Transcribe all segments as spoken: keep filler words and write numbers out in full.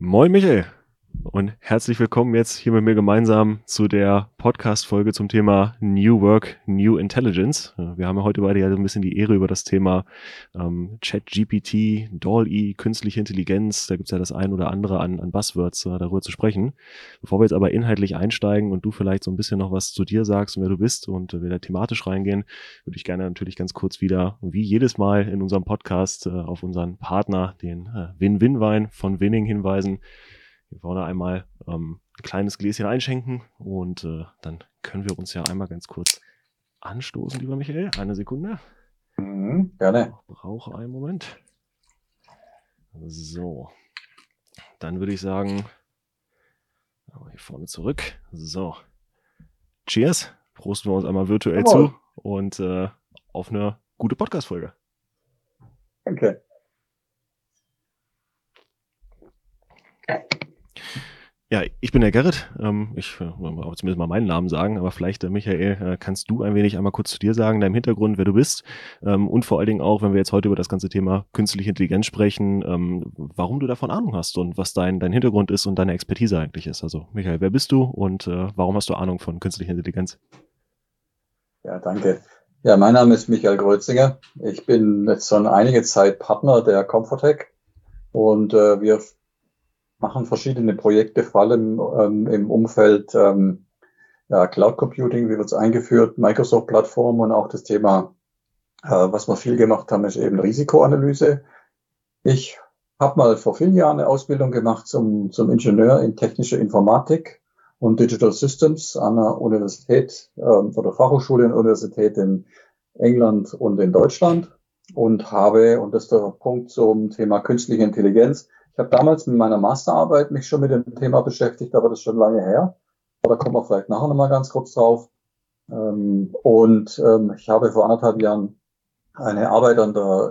Moin Michael und herzlich willkommen jetzt hier mit mir gemeinsam zu der Podcast-Folge zum Thema New Work, New Intelligence. Wir haben ja heute beide ja so ein bisschen die Ehre über das Thema ähm, ChatGPT, D A L L-E, künstliche Intelligenz, da gibt es ja das ein oder andere an, an Buzzwords äh, darüber zu sprechen. Bevor wir jetzt aber inhaltlich einsteigen und du vielleicht so ein bisschen noch was zu dir sagst und wer du bist und äh, wir da thematisch reingehen, würde ich gerne natürlich ganz kurz wieder, wie jedes Mal in unserem Podcast, äh, auf unseren Partner, den äh, Win-Win-Wein von Winning hinweisen. Wir wollen einmal ähm, ein kleines Gläschen einschenken und äh, dann können wir uns ja einmal ganz kurz anstoßen, lieber Michael. Eine Sekunde. Mhm, gerne. Ich brauche einen Moment. So, dann würde ich sagen, hier vorne zurück. So, cheers. Prosten wir uns einmal virtuell Jawohl. zu und äh, auf eine gute Podcast-Folge. Danke. Ja, ich bin der Gerrit. Ähm, ich äh, will zumindest mal meinen Namen sagen, aber vielleicht, äh, Michael, äh, kannst du ein wenig einmal kurz zu dir sagen, deinem Hintergrund, wer du bist ähm, und vor allen Dingen auch, wenn wir jetzt heute über das ganze Thema künstliche Intelligenz sprechen, ähm, warum du davon Ahnung hast und was dein, dein Hintergrund ist und deine Expertise eigentlich ist. Also, Michael, wer bist du und äh, warum hast du Ahnung von künstlicher Intelligenz? Ja, danke. Ja, mein Name ist Michael Grötzinger. Ich bin jetzt schon einige Zeit Partner der Comfortech und äh, wir machen verschiedene Projekte, vor allem ähm, im Umfeld ähm, ja, Cloud Computing, wie wird es eingeführt, Microsoft-Plattform und auch das Thema, äh, was wir viel gemacht haben, ist eben Risikoanalyse. Ich habe mal vor vielen Jahren eine Ausbildung gemacht zum, zum Ingenieur in technischer Informatik und Digital Systems an einer Universität ähm, oder Fachhochschule und Universität in England und in Deutschland und habe, und das ist der Punkt zum Thema künstliche Intelligenz, ich habe damals mit meiner Masterarbeit mich schon mit dem Thema beschäftigt, aber das ist schon lange her. Da kommen wir vielleicht nachher nochmal ganz kurz drauf. Ähm, und ähm, ich habe vor anderthalb Jahren eine Arbeit an der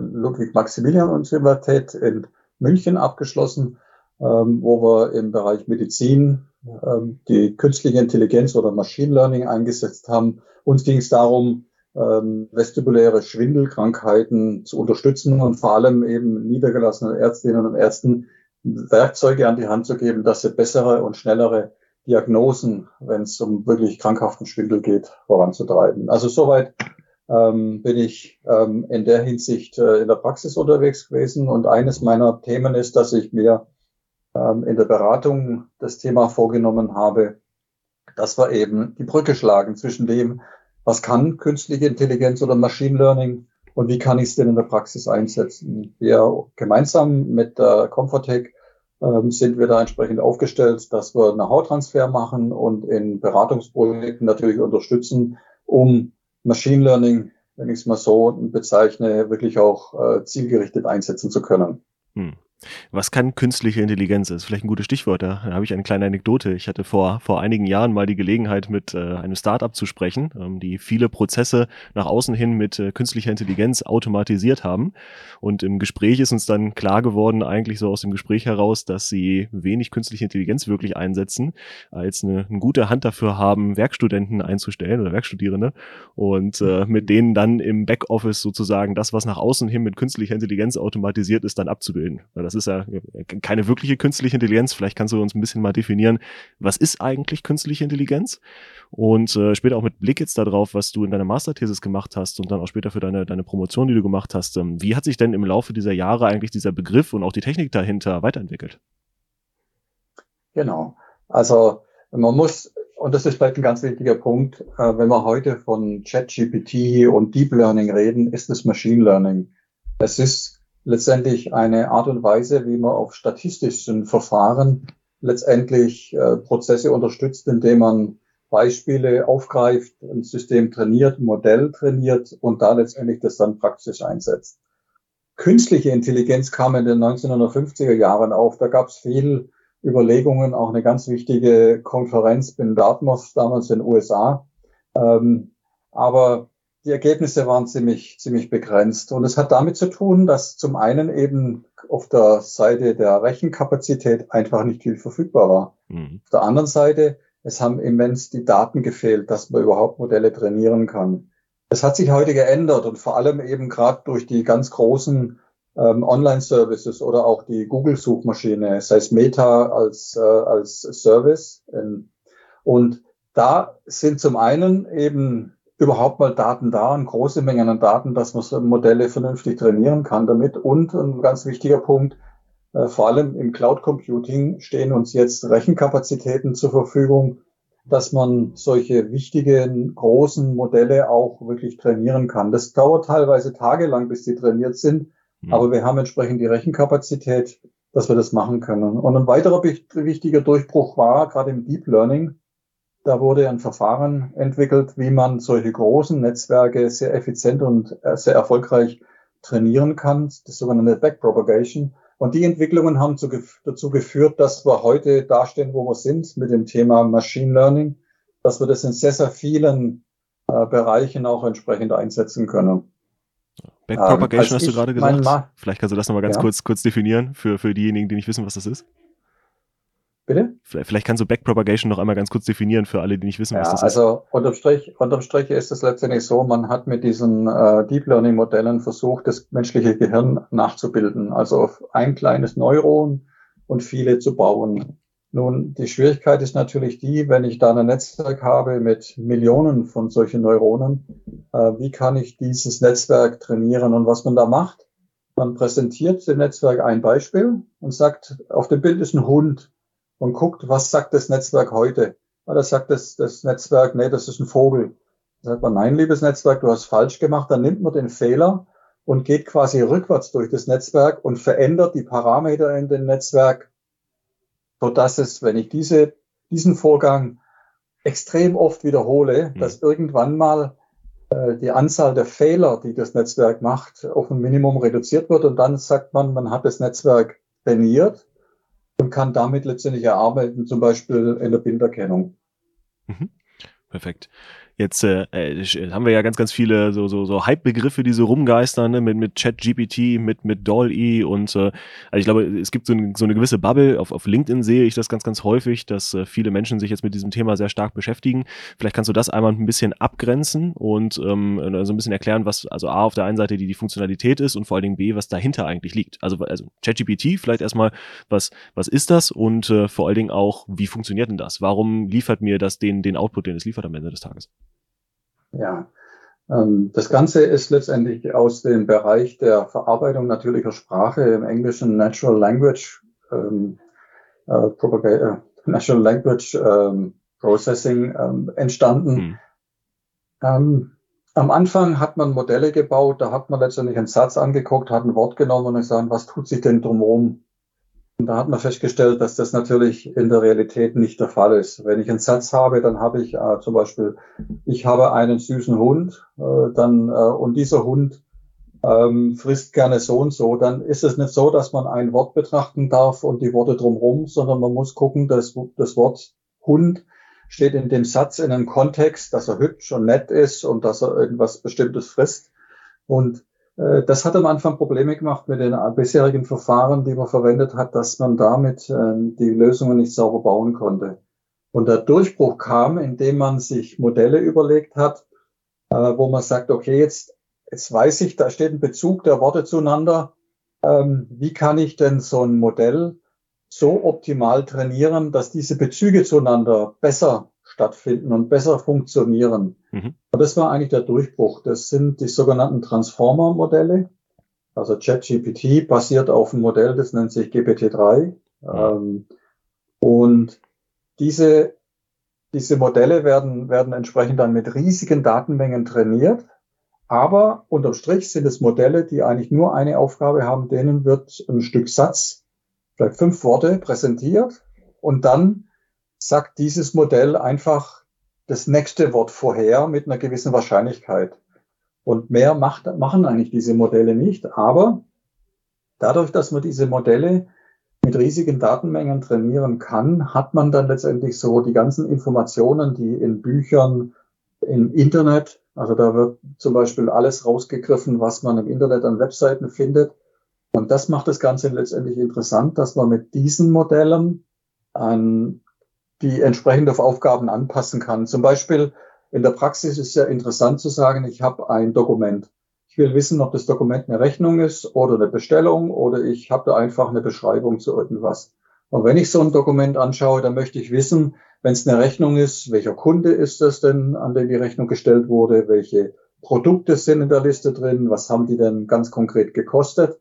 Ludwig-Maximilian-Universität in München abgeschlossen, ähm, wo wir im Bereich Medizin ähm, die künstliche Intelligenz oder Machine Learning eingesetzt haben. Uns ging es darum, ähm, vestibuläre Schwindelkrankheiten zu unterstützen und vor allem eben niedergelassenen Ärztinnen und Ärzten Werkzeuge an die Hand zu geben, dass sie bessere und schnellere Diagnosen, wenn es um wirklich krankhaften Schwindel geht, voranzutreiben. Also soweit ähm, bin ich ähm, in der Hinsicht äh, in der Praxis unterwegs gewesen. Und eines meiner Themen ist, dass ich mir ähm, in der Beratung das Thema vorgenommen habe, dass wir eben die Brücke schlagen zwischen dem, was kann künstliche Intelligenz oder Machine Learning und wie kann ich es denn in der Praxis einsetzen. Wir gemeinsam mit der Comfortech ähm, sind wir da entsprechend aufgestellt, dass wir Know-how-Transfer machen und in Beratungsprojekten natürlich unterstützen, um Machine Learning, wenn ich es mal so bezeichne, wirklich auch äh, zielgerichtet einsetzen zu können. Hm. Was kann künstliche Intelligenz? Das ist vielleicht ein gutes Stichwort. Da, da habe ich eine kleine Anekdote. Ich hatte vor, vor einigen Jahren mal die Gelegenheit, mit äh, einem Startup zu sprechen, ähm, die viele Prozesse nach außen hin mit äh, künstlicher Intelligenz automatisiert haben. Und im Gespräch ist uns dann klar geworden, eigentlich so aus dem Gespräch heraus, dass sie wenig künstliche Intelligenz wirklich einsetzen, als eine, eine gute Hand dafür haben, Werkstudenten einzustellen oder Werkstudierende und äh, mit denen dann im Backoffice sozusagen das, was nach außen hin mit künstlicher Intelligenz automatisiert ist, dann abzubilden. Weil das ist ja keine wirkliche künstliche Intelligenz. Vielleicht kannst du uns ein bisschen mal definieren, was ist eigentlich künstliche Intelligenz? Und äh, später auch mit Blick jetzt darauf, was du in deiner Masterthesis gemacht hast und dann auch später für deine, deine Promotion, die du gemacht hast. Ähm, wie hat sich denn im Laufe dieser Jahre eigentlich dieser Begriff und auch die Technik dahinter weiterentwickelt? Genau. Also man muss, und das ist vielleicht ein ganz wichtiger Punkt, äh, wenn wir heute von ChatGPT und Deep Learning reden, ist es Machine Learning. Es ist letztendlich eine Art und Weise, wie man auf statistischen Verfahren letztendlich äh, Prozesse unterstützt, indem man Beispiele aufgreift, ein System trainiert, ein Modell trainiert und da letztendlich das dann praktisch einsetzt. Künstliche Intelligenz kam in den neunzehnhundertfünfziger Jahren auf. Da gab es viel Überlegungen, auch eine ganz wichtige Konferenz in Dartmouth, damals in den U S A. Ähm, aber die Ergebnisse waren ziemlich, ziemlich begrenzt. Und es hat damit zu tun, dass zum einen eben auf der Seite der Rechenkapazität einfach nicht viel verfügbar war. Mhm. Auf der anderen Seite, es haben immens die Daten gefehlt, dass man überhaupt Modelle trainieren kann. Das hat sich heute geändert und vor allem eben gerade durch die ganz großen ähm, Online-Services oder auch die Google-Suchmaschine, sei es Meta als, äh, als Service. Und da sind zum einen eben überhaupt mal Daten da, und große Mengen an Daten, dass man so Modelle vernünftig trainieren kann damit. Und ein ganz wichtiger Punkt, äh, vor allem im Cloud Computing stehen uns jetzt Rechenkapazitäten zur Verfügung, dass man solche wichtigen, großen Modelle auch wirklich trainieren kann. Das dauert teilweise tagelang, bis die trainiert sind, mhm. aber wir haben entsprechend die Rechenkapazität, dass wir das machen können. Und ein weiterer wichtiger Durchbruch war gerade im Deep Learning. Da wurde ein Verfahren entwickelt, wie man solche großen Netzwerke sehr effizient und sehr erfolgreich trainieren kann, das sogenannte Backpropagation. Und die Entwicklungen haben zu, dazu geführt, dass wir heute dastehen, wo wir sind, mit dem Thema Machine Learning, dass wir das in sehr, sehr vielen äh, Bereichen auch entsprechend einsetzen können. Backpropagation ähm, hast du gerade gesagt. Ma- Vielleicht kannst du das nochmal ganz ja. kurz, kurz definieren für, für diejenigen, die nicht wissen, was das ist. Bitte? Vielleicht kannst du Backpropagation noch einmal ganz kurz definieren für alle, die nicht wissen, ja, was das also ist. Also unterm Strich, unterm Strich ist es letztendlich so, man hat mit diesen äh, Deep Learning Modellen versucht, das menschliche Gehirn nachzubilden. Also auf ein kleines Neuron und viele zu bauen. Nun, die Schwierigkeit ist natürlich die, wenn ich da ein Netzwerk habe mit Millionen von solchen Neuronen, äh, wie kann ich dieses Netzwerk trainieren? Und was man da macht, man präsentiert dem Netzwerk ein Beispiel und sagt, auf dem Bild ist ein Hund. Und guckt, was sagt das Netzwerk heute? Oder sagt das, das Netzwerk, nee, das ist ein Vogel. Dann sagt man, nein, liebes Netzwerk, du hast falsch gemacht. Dann nimmt man den Fehler und geht quasi rückwärts durch das Netzwerk und verändert die Parameter in dem Netzwerk, sodass es, wenn ich diese, diesen Vorgang extrem oft wiederhole, mhm. dass irgendwann mal äh, die Anzahl der Fehler, die das Netzwerk macht, auf ein Minimum reduziert wird. Und dann sagt man, man hat das Netzwerk trainiert und kann damit letztendlich erarbeiten, zum Beispiel in der Bilderkennung. Mhm. Perfekt. Jetzt äh, haben wir ja ganz, ganz viele so, so, so Hype-Begriffe, die so rumgeistern, ne? mit, mit ChatGPT, mit, mit D A L L-E und äh, also ich glaube, es gibt so, ein, so eine gewisse Bubble. Auf, auf LinkedIn sehe ich das ganz, ganz häufig, dass äh, viele Menschen sich jetzt mit diesem Thema sehr stark beschäftigen. Vielleicht kannst du das einmal ein bisschen abgrenzen und ähm, so ein bisschen erklären, was also A, auf der einen Seite die, die Funktionalität ist und vor allen Dingen B, was dahinter eigentlich liegt. Also, also ChatGPT, vielleicht erstmal, was, was ist das und äh, vor allen Dingen auch, wie funktioniert denn das? Warum liefert mir das den, den Output, den es liefert am Ende des Tages? Ja, ähm, das Ganze ist letztendlich aus dem Bereich der Verarbeitung natürlicher Sprache, im Englischen Natural Language, ähm, äh, Propaga- äh, Natural Language ähm, Processing ähm, entstanden. Hm. Ähm, am Anfang hat man Modelle gebaut, da hat man letztendlich einen Satz angeguckt, hat ein Wort genommen und gesagt, was tut sich denn drumherum? Und da hat man festgestellt, dass das natürlich in der Realität nicht der Fall ist. Wenn ich einen Satz habe, dann habe ich äh, zum Beispiel, ich habe einen süßen Hund, äh, dann äh, und dieser Hund ähm, frisst gerne so und so. Dann ist es nicht so, dass man ein Wort betrachten darf und die Worte drumherum, sondern man muss gucken, dass das Wort Hund steht in dem Satz in einem Kontext, dass er hübsch und nett ist und dass er irgendwas Bestimmtes frisst. Und das hat am Anfang Probleme gemacht mit den bisherigen Verfahren, die man verwendet hat, dass man damit äh, die Lösungen nicht sauber bauen konnte. Und der Durchbruch kam, indem man sich Modelle überlegt hat, äh, wo man sagt, okay, jetzt, jetzt weiß ich, da steht ein Bezug der Worte zueinander. Ähm, wie kann ich denn so ein Modell so optimal trainieren, dass diese Bezüge zueinander besser stattfinden und besser funktionieren? Mhm. Und das war eigentlich der Durchbruch. Das sind die sogenannten Transformer-Modelle. Also ChatGPT basiert auf einem Modell, das nennt sich G P T drei. Mhm. Ähm, und diese, diese Modelle werden, werden entsprechend dann mit riesigen Datenmengen trainiert. Aber unterm Strich sind es Modelle, die eigentlich nur eine Aufgabe haben. Denen wird ein Stück Satz, vielleicht fünf Worte, präsentiert. Und dann sagt dieses Modell einfach das nächste Wort vorher mit einer gewissen Wahrscheinlichkeit. Und mehr macht, machen eigentlich diese Modelle nicht. Aber dadurch, dass man diese Modelle mit riesigen Datenmengen trainieren kann, hat man dann letztendlich so die ganzen Informationen, die in Büchern, im Internet, also da wird zum Beispiel alles rausgegriffen, was man im Internet an Webseiten findet. Und das macht das Ganze letztendlich interessant, dass man mit diesen Modellen an die entsprechend auf Aufgaben anpassen kann. Zum Beispiel in der Praxis ist ja interessant zu sagen, ich habe ein Dokument. Ich will wissen, ob das Dokument eine Rechnung ist oder eine Bestellung oder ich habe da einfach eine Beschreibung zu irgendwas. Und wenn ich so ein Dokument anschaue, dann möchte ich wissen, wenn es eine Rechnung ist, welcher Kunde ist das denn, an den die Rechnung gestellt wurde, welche Produkte sind in der Liste drin, was haben die denn ganz konkret gekostet.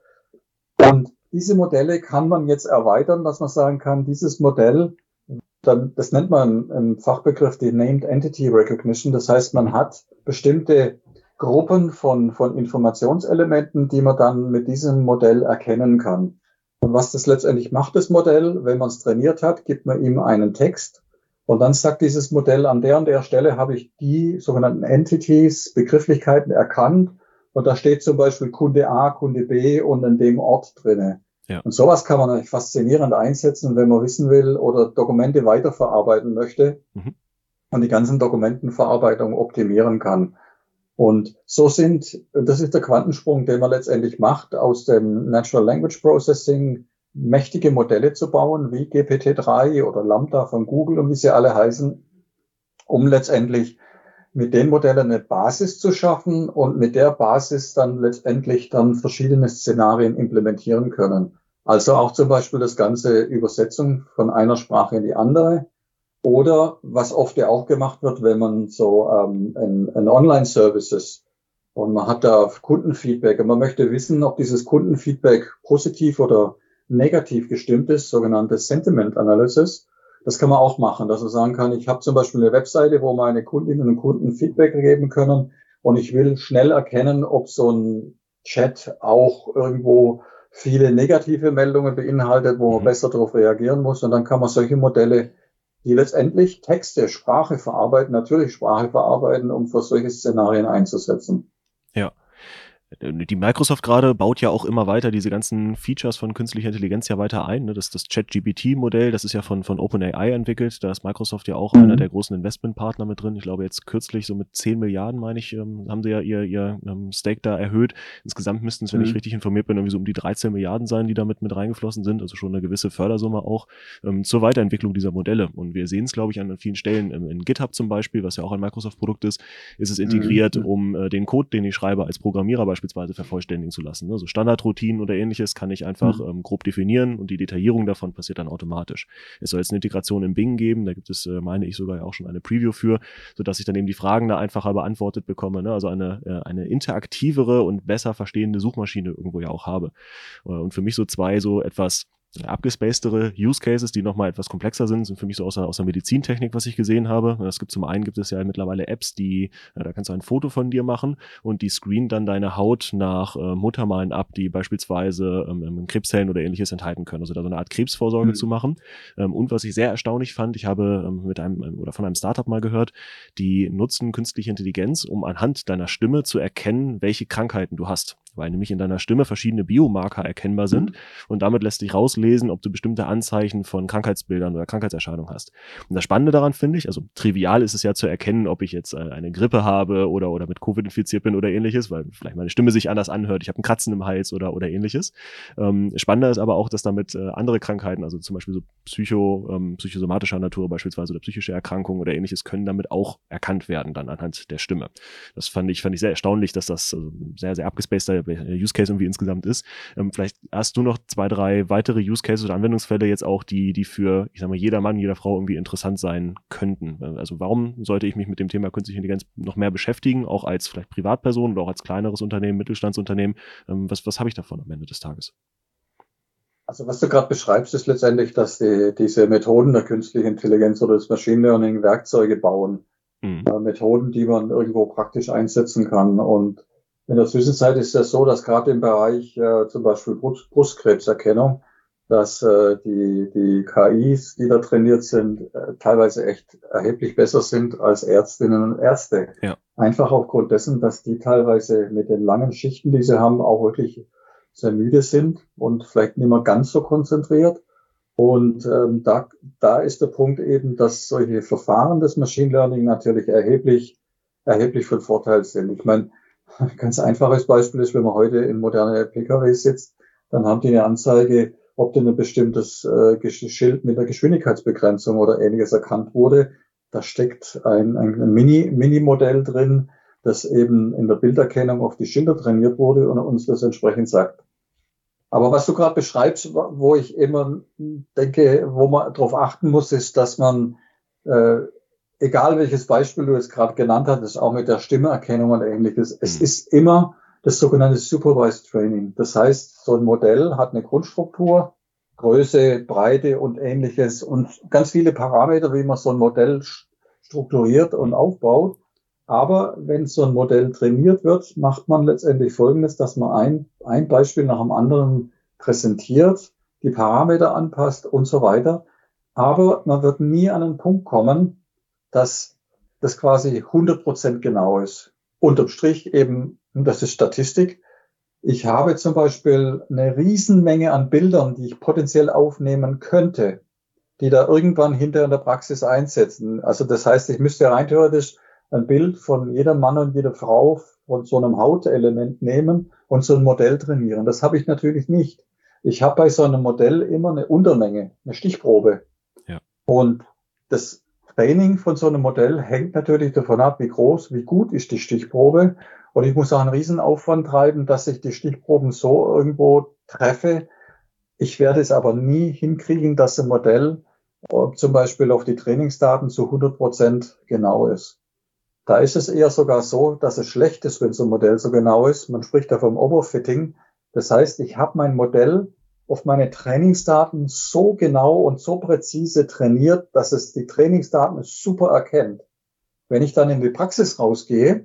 Und diese Modelle kann man jetzt erweitern, dass man sagen kann, dieses Modell, dann, das nennt man im Fachbegriff die Named Entity Recognition. Das heißt, man hat bestimmte Gruppen von, von Informationselementen, die man dann mit diesem Modell erkennen kann. Und was das letztendlich macht, das Modell, wenn man es trainiert hat, gibt man ihm einen Text. Und dann sagt dieses Modell, an der und der Stelle habe ich die sogenannten Entities, Begrifflichkeiten erkannt. Und da steht zum Beispiel Kunde A, Kunde B und in dem Ort drinne. Ja. Und sowas kann man eigentlich faszinierend einsetzen, wenn man wissen will oder Dokumente weiterverarbeiten möchte Mhm. und die ganzen Dokumentenverarbeitung optimieren kann. Und so sind, das ist der Quantensprung, den man letztendlich macht, aus dem Natural Language Processing mächtige Modelle zu bauen, wie G P T drei oder Lambda von Google und wie sie alle heißen, um letztendlich mit den Modellen eine Basis zu schaffen und mit der Basis dann letztendlich dann verschiedene Szenarien implementieren können. Also auch zum Beispiel das ganze Übersetzung von einer Sprache in die andere. Oder was oft ja auch gemacht wird, wenn man so ähm, ein, ein Online-Services und man hat da Kundenfeedback und man möchte wissen, ob dieses Kundenfeedback positiv oder negativ gestimmt ist, sogenannte Sentiment Analysis. Das kann man auch machen, dass man sagen kann, ich habe zum Beispiel eine Webseite, wo meine Kundinnen und Kunden Feedback geben können und ich will schnell erkennen, ob so ein Chat auch irgendwo viele negative Meldungen beinhaltet, wo man Mhm. besser darauf reagieren muss. Und dann kann man solche Modelle, die letztendlich Texte, Sprache verarbeiten, natürlich Sprache verarbeiten, um für solche Szenarien einzusetzen. Ja. Die Microsoft gerade baut ja auch immer weiter diese ganzen Features von künstlicher Intelligenz ja weiter ein. Ne? Das, das ChatGPT-Modell, das ist ja von, von OpenAI entwickelt. Da ist Microsoft ja auch Mhm. einer der großen Investmentpartner mit drin. Ich glaube, jetzt kürzlich so mit zehn Milliarden, meine ich, ähm, haben sie ja ihr, ihr ähm, Stake da erhöht. Insgesamt müssten es, wenn Mhm. ich richtig informiert bin, irgendwie so um die dreizehn Milliarden sein, die damit mit reingeflossen sind. Also schon eine gewisse Fördersumme auch ähm, zur Weiterentwicklung dieser Modelle. Und wir sehen es, glaube ich, an vielen Stellen. In, in GitHub zum Beispiel, was ja auch ein Microsoft-Produkt ist, ist es integriert, Mhm. um äh, den Code, den ich schreibe, als Programmierer beispielsweise vervollständigen zu lassen. Ne? So Standardroutinen oder ähnliches kann ich einfach Mhm. ähm, grob definieren und die Detaillierung davon passiert dann automatisch. Es soll jetzt eine Integration in Bing geben, da gibt es, äh, meine ich, sogar auch schon eine Preview für, sodass ich dann eben die Fragen da einfacher beantwortet bekomme, ne? Also eine, äh, eine interaktivere und besser verstehende Suchmaschine irgendwo ja auch habe. Äh, und für mich so zwei so etwas abgespacedere Use Cases, die nochmal etwas komplexer sind, sind für mich so aus der, aus der Medizintechnik, was ich gesehen habe. Es gibt zum einen gibt es ja mittlerweile Apps, die, ja, da kannst du ein Foto von dir machen und die screenen dann deine Haut nach äh, Muttermalen ab, die beispielsweise ähm, Krebszellen oder ähnliches enthalten können. Also da so eine Art Krebsvorsorge Mhm. zu machen. Ähm, und was ich sehr erstaunlich fand, ich habe ähm, mit einem oder von einem Startup mal gehört, die nutzen künstliche Intelligenz, um anhand deiner Stimme zu erkennen, welche Krankheiten du hast. Weil nämlich in deiner Stimme verschiedene Biomarker erkennbar sind und damit lässt sich rauslesen, ob du bestimmte Anzeichen von Krankheitsbildern oder Krankheitserscheinungen hast. Und das Spannende daran finde ich, also trivial ist es ja zu erkennen, ob ich jetzt äh, eine Grippe habe oder, oder mit Covid infiziert bin oder ähnliches, weil vielleicht meine Stimme sich anders anhört, ich habe einen Kratzen im Hals oder, oder ähnliches. Ähm, spannender ist aber auch, dass damit äh, andere Krankheiten, also zum Beispiel so psycho, ähm, psychosomatischer Natur beispielsweise oder psychische Erkrankungen oder ähnliches, können damit auch erkannt werden dann anhand der Stimme. Das fand ich, fand ich sehr erstaunlich, dass das also sehr, sehr abgespaceder Use Case irgendwie insgesamt ist. Ähm, vielleicht hast du noch zwei, drei weitere Use Cases oder Anwendungsfälle jetzt auch, die, die für, ich sag mal, jeder Mann, jeder Frau irgendwie interessant sein könnten. Also warum sollte ich mich mit dem Thema künstliche Intelligenz noch mehr beschäftigen, auch als vielleicht Privatperson oder auch als kleineres Unternehmen, Mittelstandsunternehmen? Ähm, was, was habe ich davon am Ende des Tages? Also was du gerade beschreibst, ist letztendlich, dass die, diese Methoden der künstlichen Intelligenz oder des Machine Learning Werkzeuge bauen. Mhm. Äh, Methoden, die man irgendwo praktisch einsetzen kann. Und in der Zwischenzeit ist es so, dass gerade im Bereich äh, zum Beispiel Brust, Brustkrebserkennung, dass äh, die, die K Is, die da trainiert sind, äh, teilweise echt erheblich besser sind als Ärztinnen und Ärzte. Ja. Einfach aufgrund dessen, dass die teilweise mit den langen Schichten, die sie haben, auch wirklich sehr müde sind und vielleicht nicht mehr ganz so konzentriert. Und ähm, da, da ist der Punkt eben, dass solche Verfahren des Machine Learning natürlich erheblich, erheblich von Vorteil sind. Ich meine, ein ganz einfaches Beispiel ist, wenn man heute in moderne P K Ws sitzt, dann haben die eine Anzeige, ob denn ein bestimmtes äh, Schild mit einer Geschwindigkeitsbegrenzung oder ähnliches erkannt wurde. Da steckt ein, ein Mini, Mini-Modell drin, das eben in der Bilderkennung auf die Schilder trainiert wurde und uns das entsprechend sagt. Aber was du gerade beschreibst, wo ich immer denke, wo man darauf achten muss, ist, dass man, äh, egal welches Beispiel du jetzt gerade genannt hattest, auch mit der Stimmerkennung und ähnliches, es ist immer das sogenannte Supervised Training. Das heißt, so ein Modell hat eine Grundstruktur, Größe, Breite und ähnliches und ganz viele Parameter, wie man so ein Modell strukturiert und aufbaut. Aber wenn so ein Modell trainiert wird, macht man letztendlich Folgendes, dass man ein, ein Beispiel nach dem anderen präsentiert, die Parameter anpasst und so weiter. Aber man wird nie an einen Punkt kommen, dass das quasi hundert Prozent genau ist. Unterm Strich eben, das ist Statistik. Ich habe zum Beispiel eine Riesenmenge an Bildern, die ich potenziell aufnehmen könnte, die da irgendwann hinter in der Praxis einsetzen. Also das heißt, ich müsste rein theoretisch ein Bild von jeder Mann und jeder Frau von so einem Hautelement nehmen und so ein Modell trainieren. Das habe ich natürlich nicht. Ich habe bei so einem Modell immer eine Untermenge, eine Stichprobe. Ja. Und das Training von so einem Modell hängt natürlich davon ab, wie groß, wie gut ist die Stichprobe. Und ich muss auch einen Riesenaufwand treiben, dass ich die Stichproben so irgendwo treffe. Ich werde es aber nie hinkriegen, dass ein Modell zum Beispiel auf die Trainingsdaten zu hundert Prozent genau ist. Da ist es eher sogar so, dass es schlecht ist, wenn so ein Modell so genau ist. Man spricht da vom Overfitting. Das heißt, ich habe mein Modell auf meine Trainingsdaten so genau und so präzise trainiert, dass es die Trainingsdaten super erkennt. Wenn ich dann in die Praxis rausgehe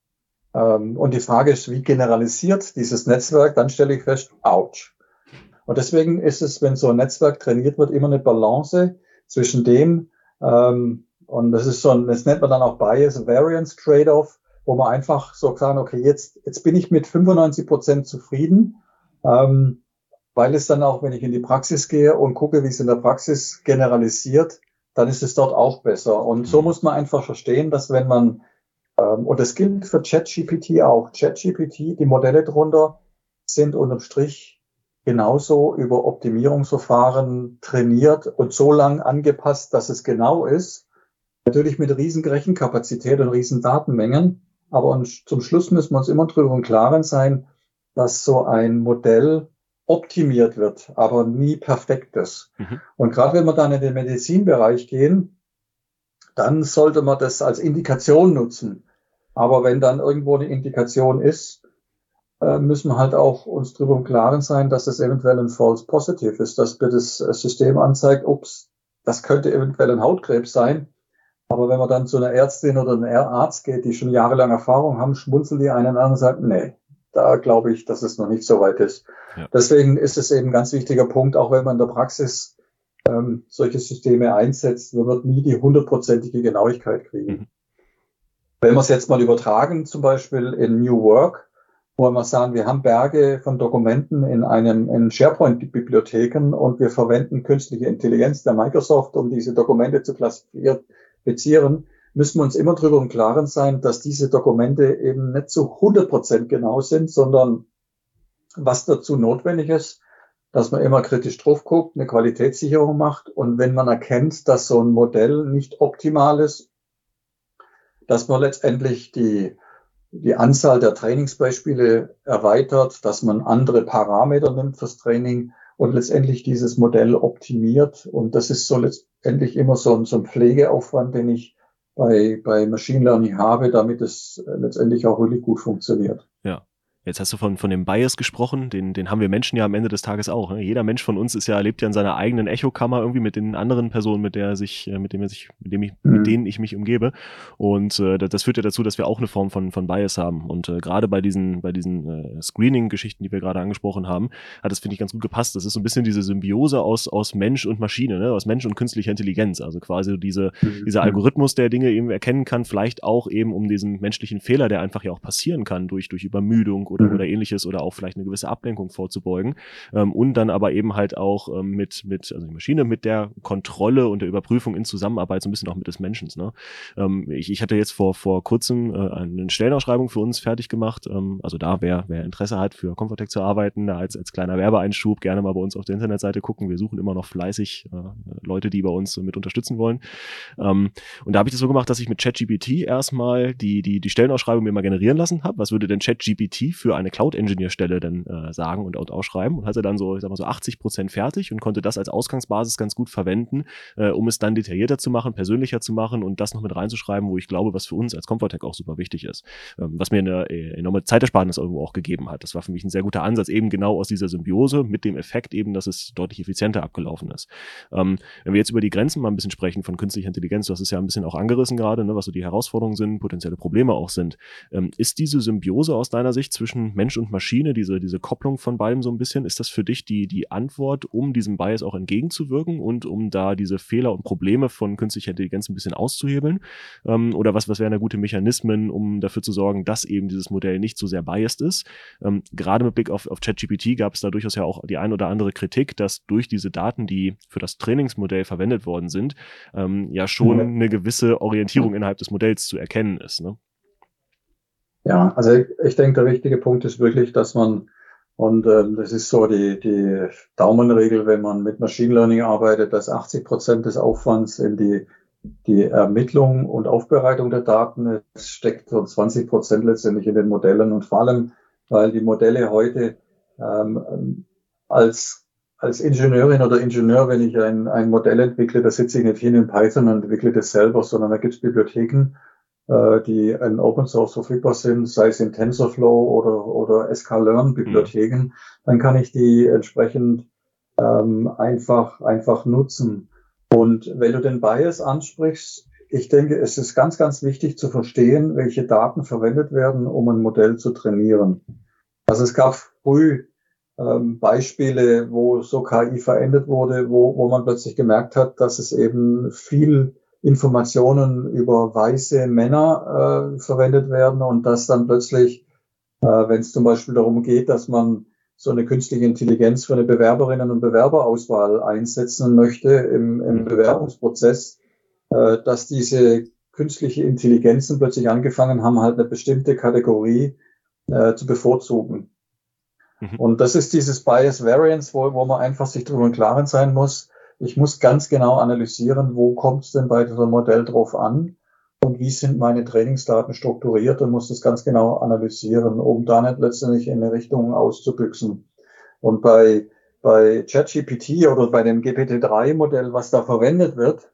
ähm, und die Frage ist, wie generalisiert dieses Netzwerk, dann stelle ich fest, ouch. Und deswegen ist es, wenn so ein Netzwerk trainiert wird, immer eine Balance zwischen dem, ähm, und das ist so ein, das nennt man dann auch Bias Variance Trade-off, wo man einfach so sagen, okay, jetzt, jetzt bin ich mit fünfundneunzig Prozent zufrieden, ähm, weil es dann auch, wenn ich in die Praxis gehe und gucke, wie es in der Praxis generalisiert, dann ist es dort auch besser. Und so muss man einfach verstehen, dass wenn man, ähm, und das gilt für ChatGPT auch, ChatGPT, die Modelle drunter sind unterm Strich genauso über Optimierungsverfahren trainiert und so lang angepasst, dass es genau ist. Natürlich mit riesen Rechenkapazität und riesen Datenmengen, aber uns, zum Schluss müssen wir uns immer drüber im Klaren sein, dass so ein Modell optimiert wird, aber nie perfekt ist. Mhm. Und gerade wenn wir dann in den Medizinbereich gehen, dann sollte man das als Indikation nutzen. Aber wenn dann irgendwo eine Indikation ist, müssen wir halt auch uns drüber im Klaren sein, dass es eventuell ein False Positive ist, dass mir das System anzeigt, ups, das könnte eventuell ein Hautkrebs sein. Aber wenn man dann zu einer Ärztin oder einem Arzt geht, die schon jahrelang Erfahrung haben, schmunzeln die einen an und sagen, nee, da glaube ich, dass es noch nicht so weit ist. Ja. Deswegen ist es eben ein ganz wichtiger Punkt, auch wenn man in der Praxis ähm, solche Systeme einsetzt, man wird nie die hundertprozentige Genauigkeit kriegen. Mhm. Wenn wir es jetzt mal übertragen, zum Beispiel in New Work, wo wir sagen, wir haben Berge von Dokumenten in einem in SharePoint-Bibliotheken und wir verwenden künstliche Intelligenz der Microsoft, um diese Dokumente zu klassifizieren, müssen wir uns immer darüber im Klaren sein, dass diese Dokumente eben nicht zu hundert Prozent genau sind, sondern was dazu notwendig ist, dass man immer kritisch drauf guckt, eine Qualitätssicherung macht und wenn man erkennt, dass so ein Modell nicht optimal ist, dass man letztendlich die die Anzahl der Trainingsbeispiele erweitert, dass man andere Parameter nimmt fürs Training und letztendlich dieses Modell optimiert. Und das ist so letztendlich immer so ein, so ein Pflegeaufwand, den ich bei, bei Machine Learning habe, damit es letztendlich auch wirklich gut funktioniert. Ja. Jetzt hast du von, von dem Bias gesprochen, den, den haben wir Menschen ja am Ende des Tages auch. Ne? Jeder Mensch von uns ist ja, lebt ja in seiner eigenen Echokammer irgendwie mit den anderen Personen, mit der er sich, mit dem er sich, mit dem ich, mhm. mit denen ich mich umgebe. Und äh, das führt ja dazu, dass wir auch eine Form von, von Bias haben. Und äh, gerade bei diesen, bei diesen äh, Screening-Geschichten, die wir gerade angesprochen haben, hat das, finde ich, ganz gut gepasst. Das ist so ein bisschen diese Symbiose aus, aus Mensch und Maschine, ne? Aus Mensch und künstlicher Intelligenz. Also quasi diese, mhm. dieser Algorithmus, der Dinge eben erkennen kann, vielleicht auch eben um diesen menschlichen Fehler, der einfach ja auch passieren kann durch, durch Übermüdung oder oder, mhm. oder ähnliches oder auch vielleicht eine gewisse Ablenkung vorzubeugen. Ähm, und dann aber eben halt auch ähm, mit, mit, also die Maschine mit der Kontrolle und der Überprüfung in Zusammenarbeit so ein bisschen auch mit des Menschen. Ne? Ähm, ich, ich hatte jetzt vor, vor kurzem äh, eine Stellenausschreibung für uns fertig gemacht. Ähm, also da, wer, wer Interesse hat, für Comfortech zu arbeiten, da als, als kleiner Werbeeinschub gerne mal bei uns auf der Internetseite gucken. Wir suchen immer noch fleißig äh, Leute, die bei uns mit unterstützen wollen. Ähm, und da habe ich das so gemacht, dass ich mit ChatGPT erstmal die, die, die Stellenausschreibung mir mal generieren lassen habe. Was würde denn ChatGPT für eine Cloud-Engineer-Stelle denn äh, sagen und, und ausschreiben? Und hatte dann so, ich sag mal so achtzig Prozent fertig und konnte das als Ausgangsbasis ganz gut verwenden, äh, um es dann detaillierter zu machen, persönlicher zu machen und das noch mit reinzuschreiben, wo ich glaube, was für uns als Comfortech auch super wichtig ist. Ähm, was mir eine äh, enorme Zeitersparnis irgendwo auch gegeben hat. Das war für mich ein sehr guter Ansatz, eben genau aus dieser Symbiose mit dem Effekt eben, dass es deutlich effizienter abgelaufen ist. Ähm, wenn wir jetzt über die Grenzen mal ein bisschen sprechen von künstlicher Intelligenz, du hast es ja ein bisschen auch angerissen gerade, ne, was so die Herausforderungen sind, potenzielle Probleme auch sind. Ähm, ist diese Symbiose aus deiner Sicht zwischen Mensch und Maschine, diese, diese Kopplung von beidem so ein bisschen, ist das für dich die, die Antwort, um diesem Bias auch entgegenzuwirken und um da diese Fehler und Probleme von künstlicher Intelligenz ein bisschen auszuhebeln? Ähm, oder was, was wären da gute Mechanismen, um dafür zu sorgen, dass eben dieses Modell nicht so sehr biased ist? Ähm, gerade mit Blick auf, auf ChatGPT gab es da durchaus ja auch die ein oder andere Kritik, dass durch diese Daten, die für das Trainingsmodell verwendet worden sind, ähm, ja schon ja. eine gewisse Orientierung innerhalb des Modells zu erkennen ist. Ne? Ja, also ich, ich denke, der wichtige Punkt ist wirklich, dass man, und ähm, das ist so die, die Daumenregel, wenn man mit Machine Learning arbeitet, dass achtzig Prozent des Aufwands in die, die Ermittlung und Aufbereitung der Daten, es steckt so zwanzig Prozent letztendlich in den Modellen und vor allem, weil die Modelle heute ähm, als als Ingenieurin oder Ingenieur, wenn ich ein, ein Modell entwickle, da sitze ich nicht hin in Python und entwickle das selber, sondern da gibt es Bibliotheken, äh, die in Open Source verfügbar sind, sei es in TensorFlow oder, oder sklearn-Bibliotheken. Mhm. Dann kann ich die entsprechend ähm, einfach, einfach nutzen. Und wenn du den Bias ansprichst, ich denke, es ist ganz, ganz wichtig zu verstehen, welche Daten verwendet werden, um ein Modell zu trainieren. Also es gab früh ähm, Beispiele, wo so K I verändert wurde, wo, wo man plötzlich gemerkt hat, dass es eben viel Informationen über weiße Männer äh, verwendet werden und dass dann plötzlich, äh, wenn es zum Beispiel darum geht, dass man so eine künstliche Intelligenz für eine Bewerberinnen- und Bewerberauswahl einsetzen möchte im, im Bewerbungsprozess, äh, dass diese künstliche Intelligenzen plötzlich angefangen haben, halt eine bestimmte Kategorie äh, zu bevorzugen. Mhm. Und das ist dieses Bias Variance, wo, wo man einfach sich darüber im Klaren sein muss. Ich muss ganz genau analysieren, wo kommt es denn bei diesem Modell drauf an und wie sind meine Trainingsdaten strukturiert und muss das ganz genau analysieren, um da nicht letztendlich in eine Richtung auszubüchsen. Und bei, bei ChatGPT oder bei dem G P T drei Modell, was da verwendet wird,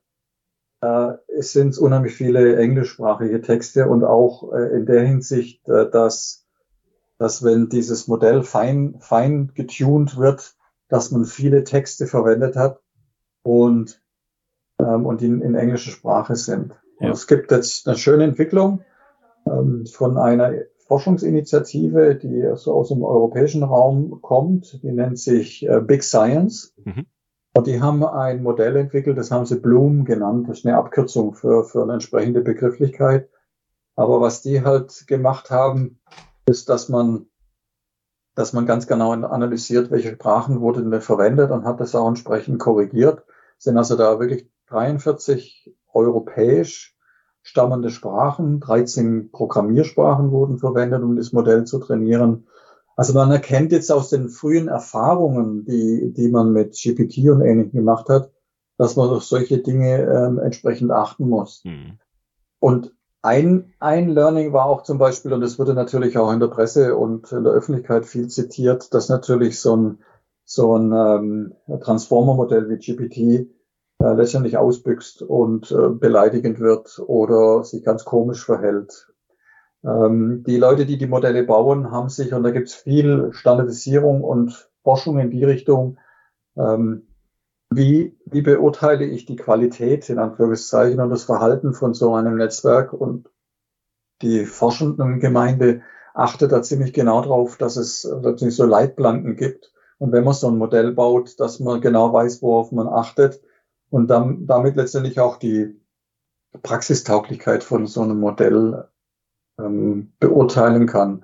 äh, es sind unheimlich viele englischsprachige Texte und auch äh, in der Hinsicht, äh, dass dass wenn dieses Modell fein, fein getuned wird, dass man viele Texte verwendet hat und, ähm, und die in, in englischer Sprache sind. Ja. Und es gibt jetzt eine schöne Entwicklung ähm, von einer Forschungsinitiative, die so aus dem europäischen Raum kommt. Die nennt sich äh, Big Science. Mhm. Und die haben ein Modell entwickelt, das haben sie Bloom genannt. Das ist eine Abkürzung für, für eine entsprechende Begrifflichkeit. Aber was die halt gemacht haben, ist, dass man, dass man ganz genau analysiert, welche Sprachen wurden denn verwendet und hat das auch entsprechend korrigiert. Sind also da wirklich dreiundvierzig europäisch stammende Sprachen, dreizehn Programmiersprachen wurden verwendet, um das Modell zu trainieren. Also man erkennt jetzt aus den frühen Erfahrungen, die, die man mit G P T und Ähnlichem gemacht hat, dass man auf solche Dinge ähm, entsprechend achten muss. Mhm. Und Ein, ein Learning war auch zum Beispiel, und das wurde natürlich auch in der Presse und in der Öffentlichkeit viel zitiert, dass natürlich so ein, so ein ähm, Transformer-Modell wie G P T äh, letztendlich ausbüchst und äh, beleidigend wird oder sich ganz komisch verhält. Ähm, die Leute, die die Modelle bauen, haben sich, und da gibt es viel Standardisierung und Forschung in die Richtung, ähm, Wie, wie beurteile ich die Qualität in Anführungszeichen und das Verhalten von so einem Netzwerk? Und die forschenden Gemeinde achtet da ziemlich genau drauf, dass es letztendlich so Leitplanken gibt. Und wenn man so ein Modell baut, dass man genau weiß, worauf man achtet und dann, damit letztendlich auch die Praxistauglichkeit von so einem Modell ähm, beurteilen kann.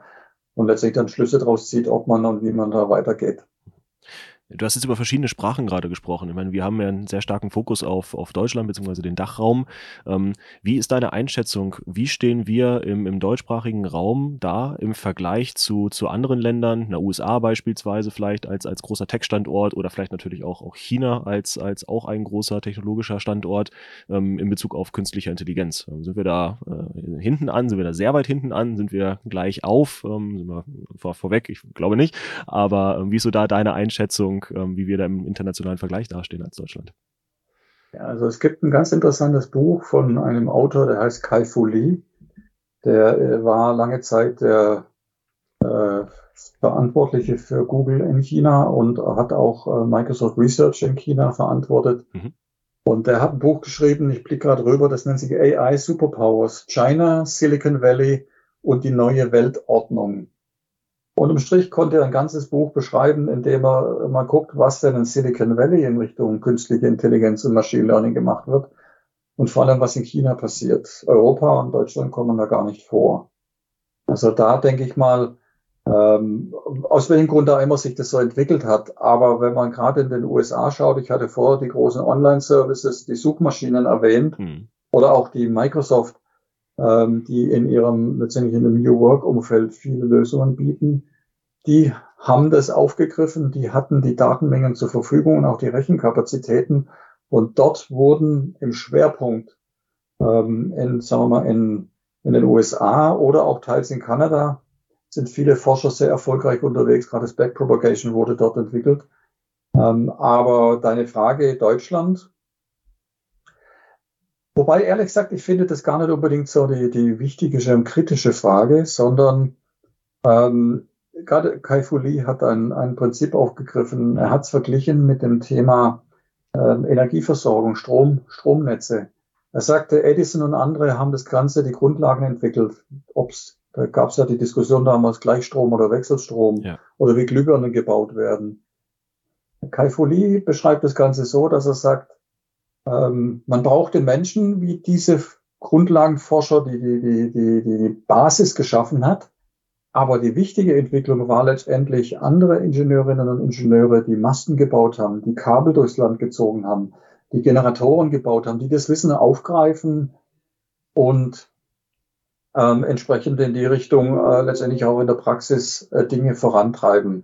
und letztlich dann Schlüsse daraus zieht, ob man und wie man da weitergeht. Du hast jetzt über verschiedene Sprachen gerade gesprochen. Ich meine, wir haben ja einen sehr starken Fokus auf, auf Deutschland bzw. den Dachraum. Ähm, wie ist deine Einschätzung? Wie stehen wir im, im deutschsprachigen Raum da im Vergleich zu, zu anderen Ländern, einer U S A beispielsweise vielleicht als, als großer Tech-Standort oder vielleicht natürlich auch, auch China als, als auch ein großer technologischer Standort ähm, in Bezug auf künstliche Intelligenz? Ähm, sind wir da äh, hinten an? Sind wir da sehr weit hinten an? Sind wir gleich auf? Ähm, sind wir vor, vorweg? Ich glaube nicht. Aber ähm, wie ist so da deine Einschätzung, ähm, wie wir da im internationalen Vergleich dastehen als Deutschland? Ja, also es gibt ein ganz interessantes Buch von einem Autor, der heißt Kai-Fu Lee. Der äh, war lange Zeit der äh, Verantwortliche für Google in China und hat auch äh, Microsoft Research in China verantwortet. Mhm. Und der hat ein Buch geschrieben, ich blicke gerade rüber, das nennt sich A I Superpowers, China, Silicon Valley und die neue Weltordnung. Unterm Strich konnte er ein ganzes Buch beschreiben, in dem er mal guckt, was denn in Silicon Valley in Richtung künstliche Intelligenz und Machine Learning gemacht wird und vor allem, was in China passiert. Europa und Deutschland kommen da gar nicht vor. Also da denke ich mal, ähm, aus welchem Grund auch immer sich das so entwickelt hat. Aber wenn man gerade in den U S A schaut, ich hatte vorher die großen Online-Services, die Suchmaschinen erwähnt, Hm. oder auch die Microsoft, ähm, die in ihrem, letztendlich in dem New Work-Umfeld viele Lösungen bieten. Die haben das aufgegriffen, die hatten die Datenmengen zur Verfügung und auch die Rechenkapazitäten. Und dort wurden im Schwerpunkt, ähm, in, sagen wir mal, in, in den U S A oder auch teils in Kanada, sind viele Forscher sehr erfolgreich unterwegs. Gerade das Backpropagation wurde dort entwickelt. Ähm, aber deine Frage, Deutschland. Wobei, ehrlich gesagt, ich finde das gar nicht unbedingt so die, die wichtige und kritische Frage, sondern ähm, gerade Kai-Fu Lee hat ein, ein Prinzip aufgegriffen. Er hat es verglichen mit dem Thema ähm, Energieversorgung, Strom, Stromnetze. Er sagte, Edison und andere haben das Ganze, die Grundlagen entwickelt. Ob's, da gab es ja die Diskussion damals, Gleichstrom oder Wechselstrom, Ja. oder wie Glühbirnen gebaut werden. Kai-Fu Lee beschreibt das Ganze so, dass er sagt, ähm, man braucht den Menschen, wie diese Grundlagenforscher, die die, die, die die Basis geschaffen hat. Aber die wichtige Entwicklung war letztendlich andere Ingenieurinnen und Ingenieure, die Masten gebaut haben, die Kabel durchs Land gezogen haben, die Generatoren gebaut haben, die das Wissen aufgreifen und ähm, entsprechend in die Richtung äh, letztendlich auch in der Praxis äh, Dinge vorantreiben.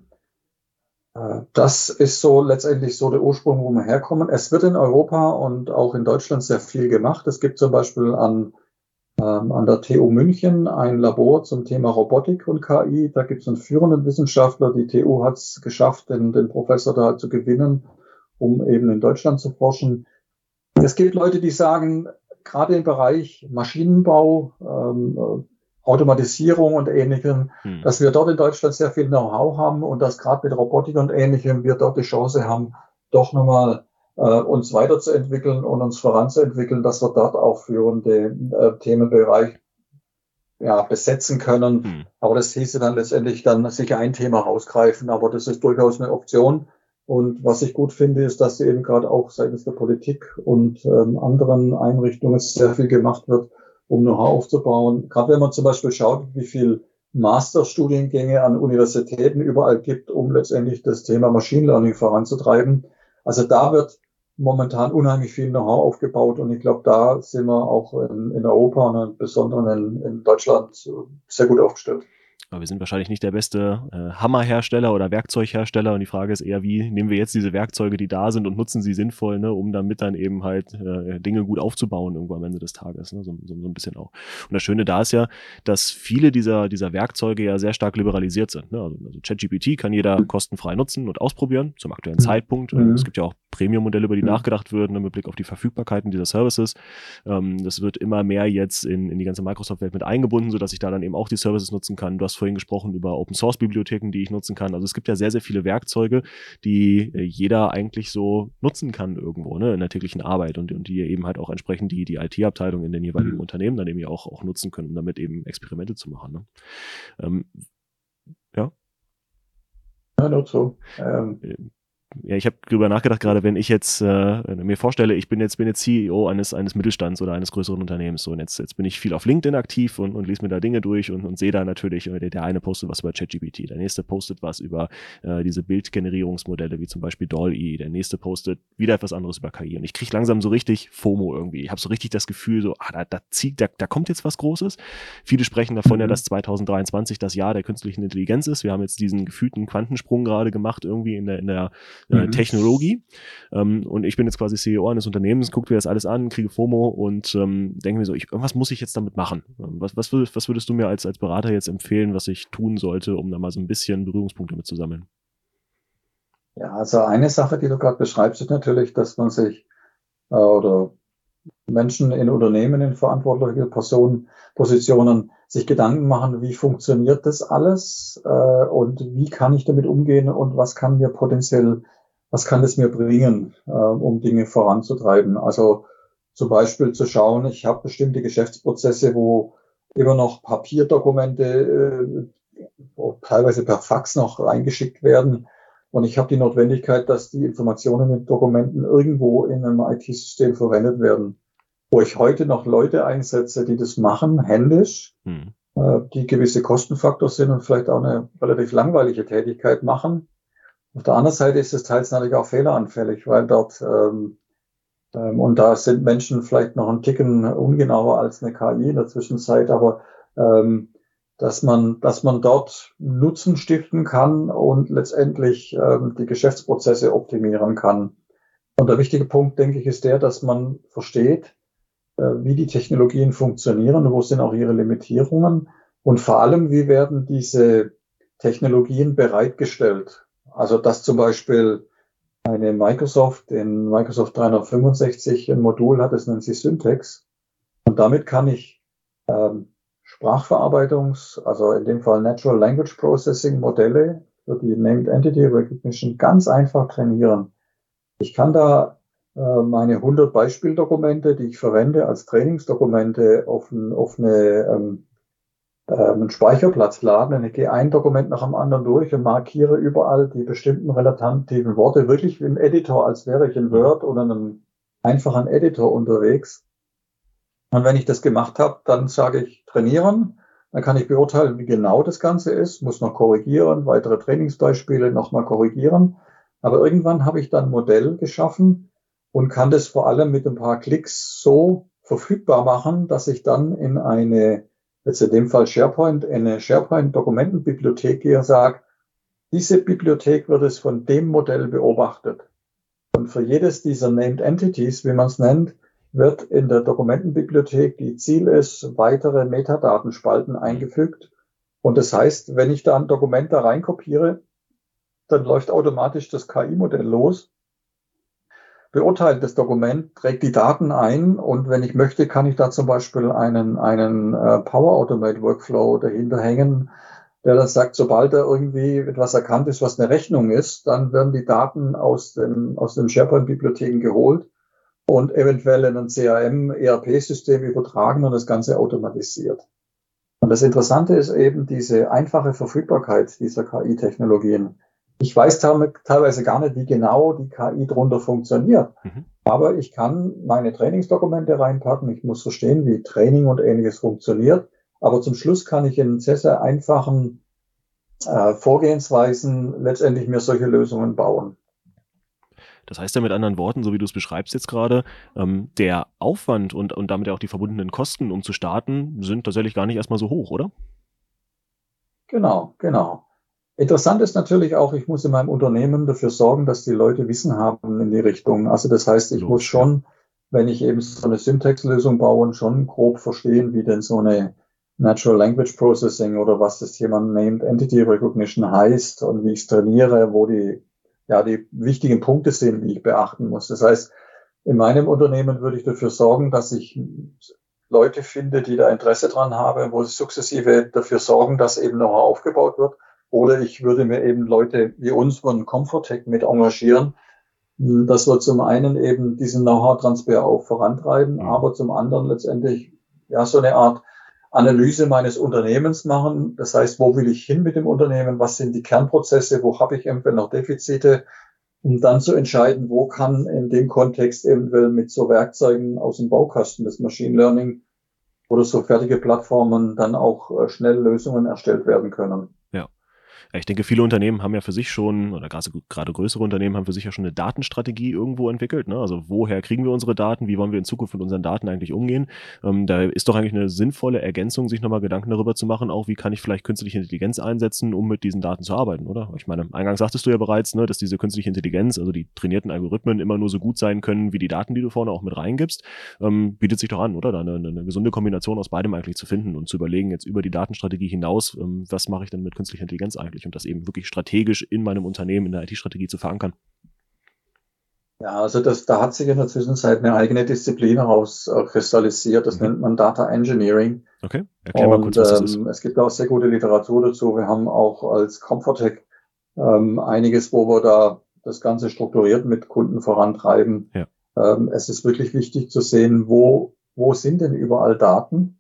Äh, das ist so letztendlich so der Ursprung, wo wir herkommen. Es wird in Europa und auch in Deutschland sehr viel gemacht. Es gibt zum Beispiel an ähm, an der T U München ein Labor zum Thema Robotik und K I. Da gibt es einen führenden Wissenschaftler. Die T U hat es geschafft, den, den Professor da zu gewinnen, um eben in Deutschland zu forschen. Es gibt Leute, die sagen, gerade im Bereich Maschinenbau, ähm, Automatisierung und Ähnlichem, Hm. dass wir dort in Deutschland sehr viel Know-how haben und dass gerade mit Robotik und Ähnlichem wir dort die Chance haben, doch nochmal äh, uns weiterzuentwickeln und uns voranzuentwickeln, dass wir dort auch führende äh, Themenbereich ja, besetzen können. Hm. Aber das hieße dann letztendlich dann sicher ein Thema rausgreifen, aber das ist durchaus eine Option. Und was ich gut finde, ist, dass eben gerade auch seitens der Politik und ähm, anderen Einrichtungen sehr viel gemacht wird, um Know-how aufzubauen. Gerade wenn man zum Beispiel schaut, wie viel Masterstudiengänge an Universitäten überall gibt, um letztendlich das Thema Machine Learning voranzutreiben. Also da wird momentan unheimlich viel Know-how aufgebaut und ich glaube, da sind wir auch in, in Europa und im Besonderen in, in Deutschland sehr gut aufgestellt. Aber wir sind wahrscheinlich nicht der beste äh, Hammerhersteller oder Werkzeughersteller und die Frage ist eher, wie nehmen wir jetzt diese Werkzeuge, die da sind und nutzen sie sinnvoll, ne, um damit dann eben halt äh, Dinge gut aufzubauen irgendwo am Ende des Tages, ne, so, so, so ein bisschen auch. Und das Schöne da ist ja, dass viele dieser, dieser Werkzeuge ja sehr stark liberalisiert sind. Ne? Also, also ChatGPT kann jeder kostenfrei nutzen und ausprobieren, zum aktuellen Zeitpunkt. Mhm. Es gibt ja auch Premium-Modelle, über die Mhm. nachgedacht werden, ne, mit Blick auf die Verfügbarkeiten dieser Services. Ähm, das wird immer mehr jetzt in, in die ganze Microsoft-Welt mit eingebunden, sodass ich da dann eben auch die Services nutzen kann. Du hast vorhin gesprochen über Open-Source-Bibliotheken, die ich nutzen kann. Also es gibt ja sehr, sehr viele Werkzeuge, die äh, jeder eigentlich so nutzen kann irgendwo, ne, in der täglichen Arbeit und, und die eben halt auch entsprechend die, die I T-Abteilung in den jeweiligen Mhm. Unternehmen dann eben ja auch, auch nutzen können, um damit eben Experimente zu machen. Ne? Ähm, ja. Ja, nur so. Ähm, ja, ich habe drüber nachgedacht, gerade wenn ich jetzt äh, mir vorstelle, ich bin jetzt bin jetzt C E O eines eines Mittelstands oder eines größeren Unternehmens, so, und jetzt jetzt bin ich viel auf LinkedIn aktiv und, und lese mir da Dinge durch und, und sehe da natürlich, äh, der, der eine postet was über ChatGPT, der nächste postet was über äh, diese Bildgenerierungsmodelle wie zum Beispiel DALL-E, der nächste postet wieder etwas anderes über K I, und ich kriege langsam so richtig FOMO irgendwie. Ich habe so richtig das Gefühl, so, ah, da, da zieht, da, da kommt jetzt was Großes. Viele sprechen davon, mhm. ja, dass zwanzig dreiundzwanzig das Jahr der künstlichen Intelligenz ist. Wir haben jetzt diesen gefühlten Quantensprung gerade gemacht irgendwie in der in der äh, Technologie. Ähm, und ich bin jetzt quasi C E O eines Unternehmens, gucke mir das alles an, kriege FOMO und ähm, denke mir so, ich, irgendwas muss ich jetzt damit machen. Ähm, was, was, würdest, was würdest du mir als, als Berater jetzt empfehlen, was ich tun sollte, um da mal so ein bisschen Berührungspunkte mit zu sammeln? Ja, also eine Sache, die du gerade beschreibst, ist natürlich, dass man sich äh, oder Menschen in Unternehmen, in verantwortliche Personen, Positionen sich Gedanken machen, wie funktioniert das alles äh, und wie kann ich damit umgehen und was kann mir potenziell, was kann es mir bringen, äh, um Dinge voranzutreiben. Also zum Beispiel zu schauen, ich habe bestimmte Geschäftsprozesse, wo immer noch Papierdokumente äh, teilweise per Fax noch reingeschickt werden. Und ich habe die Notwendigkeit, dass die Informationen in Dokumenten irgendwo in einem I T-System verwendet werden, wo ich heute noch Leute einsetze, die das machen, händisch, hm. äh, die gewisse Kostenfaktor sind und vielleicht auch eine relativ langweilige Tätigkeit machen. Auf der anderen Seite ist es teils natürlich auch fehleranfällig, weil dort, ähm, ähm, und da sind Menschen vielleicht noch einen Ticken ungenauer als eine K I in der Zwischenzeit, aber ähm, dass man, dass man dort Nutzen stiften kann und letztendlich ähm, die Geschäftsprozesse optimieren kann. Und der wichtige Punkt, denke ich, ist der, dass man versteht, äh, wie die Technologien funktionieren, wo sind auch ihre Limitierungen und vor allem, wie werden diese Technologien bereitgestellt. Also, dass zum Beispiel eine Microsoft in Microsoft dreihundertfünfundsechzig ein Modul hat, das nennt sich Syntax. Und damit kann ich ähm, Sprachverarbeitungs-, also in dem Fall Natural Language Processing Modelle für die Named Entity Recognition ganz einfach trainieren. Ich kann da äh, meine hundert Beispieldokumente, die ich verwende als Trainingsdokumente, auf, ein, auf eine, ähm, äh, einen Speicherplatz laden. Ich gehe ein Dokument nach dem anderen durch und markiere überall die bestimmten relativen Worte, wirklich im Editor, als wäre ich in Word oder einem einfachen Editor unterwegs. Und wenn ich das gemacht habe, dann sage ich trainieren. Dann kann ich beurteilen, wie genau das Ganze ist, muss noch korrigieren, weitere Trainingsbeispiele nochmal korrigieren. Aber irgendwann habe ich dann ein Modell geschaffen und kann das vor allem mit ein paar Klicks so verfügbar machen, dass ich dann in eine, jetzt in dem Fall SharePoint, in eine SharePoint-Dokumentenbibliothek gehe und sage, diese Bibliothek wird es von dem Modell beobachtet. Und für jedes dieser Named Entities, wie man es nennt, wird in der Dokumentenbibliothek, die Ziel ist, weitere Metadatenspalten eingefügt. Und das heißt, wenn ich da ein Dokument da reinkopiere, dann läuft automatisch das K I-Modell los, beurteilt das Dokument, trägt die Daten ein und wenn ich möchte, kann ich da zum Beispiel einen, einen äh, Power Automate Workflow dahinter hängen, der das sagt, sobald da irgendwie etwas erkannt ist, was eine Rechnung ist, dann werden die Daten aus dem, aus den SharePoint-Bibliotheken geholt und eventuell in ein C R M, E R P-System übertragen und das Ganze automatisiert. Und das Interessante ist eben diese einfache Verfügbarkeit dieser K I-Technologien. Ich weiß teilweise gar nicht, wie genau die K I drunter funktioniert, mhm. aber ich kann meine Trainingsdokumente reinpacken. Ich muss verstehen, wie Training und Ähnliches funktioniert. Aber zum Schluss kann ich in sehr, sehr einfachen äh, Vorgehensweisen letztendlich mir solche Lösungen bauen. Das heißt ja mit anderen Worten, so wie du es beschreibst jetzt gerade, ähm, der Aufwand und, und damit ja auch die verbundenen Kosten, um zu starten, sind tatsächlich gar nicht erstmal so hoch, oder? Genau, genau. Interessant ist natürlich auch, ich muss in meinem Unternehmen dafür sorgen, dass die Leute Wissen haben in die Richtung. Also das heißt, ich Logisch, muss schon, wenn ich eben so eine Syntax-Lösung baue, schon grob verstehen, wie denn so eine Natural Language Processing oder was das Thema Named Entity Recognition heißt und wie ich es trainiere, wo die ja die wichtigen Punkte sind, die ich beachten muss. Das heißt, in meinem Unternehmen würde ich dafür sorgen, dass ich Leute finde, die da Interesse dran haben, wo sie sukzessive dafür sorgen, dass eben noch aufgebaut wird. Oder ich würde mir eben Leute wie uns von Comfortech mit engagieren, dass wir zum einen eben diesen Know-how-Transfer auch vorantreiben, mhm. aber zum anderen letztendlich ja so eine Art Analyse meines Unternehmens machen. Das heißt, wo will ich hin mit dem Unternehmen? Was sind die Kernprozesse? Wo habe ich eventuell noch Defizite? um dann zu entscheiden, wo kann in dem Kontext eventuell mit so Werkzeugen aus dem Baukasten des Machine Learning oder so fertige Plattformen dann auch äh, schnell Lösungen erstellt werden können. Ja. Ja, ich denke, viele Unternehmen haben ja für sich schon, oder gerade, gerade größere Unternehmen haben für sich ja schon eine Datenstrategie irgendwo entwickelt. Ne? Also woher kriegen wir unsere Daten? Wie wollen wir in Zukunft mit unseren Daten eigentlich umgehen? Ähm, da ist doch eigentlich eine sinnvolle Ergänzung, sich nochmal Gedanken darüber zu machen, auch wie kann ich vielleicht künstliche Intelligenz einsetzen, um mit diesen Daten zu arbeiten, oder? Ich meine, eingangs sagtest du ja bereits, ne, dass diese künstliche Intelligenz, also die trainierten Algorithmen, immer nur so gut sein können, wie die Daten, die du vorne auch mit reingibst. Ähm, bietet sich doch an, oder? Da eine, eine gesunde Kombination aus beidem eigentlich zu finden und zu überlegen, jetzt über die Datenstrategie hinaus, ähm, was mache ich denn mit künstlicher Intelligenz eigentlich? Und das eben wirklich strategisch in meinem Unternehmen, in der I T-Strategie zu verankern. Ja, also das, da hat sich in der Zwischenzeit eine eigene Disziplin herauskristallisiert. Das mhm. nennt man Data Engineering. Okay, erklär mal kurz, was das ist. Ähm, es gibt auch sehr gute Literatur dazu. Wir haben auch als Comfortech ähm, einiges, wo wir da das Ganze strukturiert mit Kunden vorantreiben. Ja. Ähm, es ist wirklich wichtig zu sehen, wo, wo sind denn überall Daten?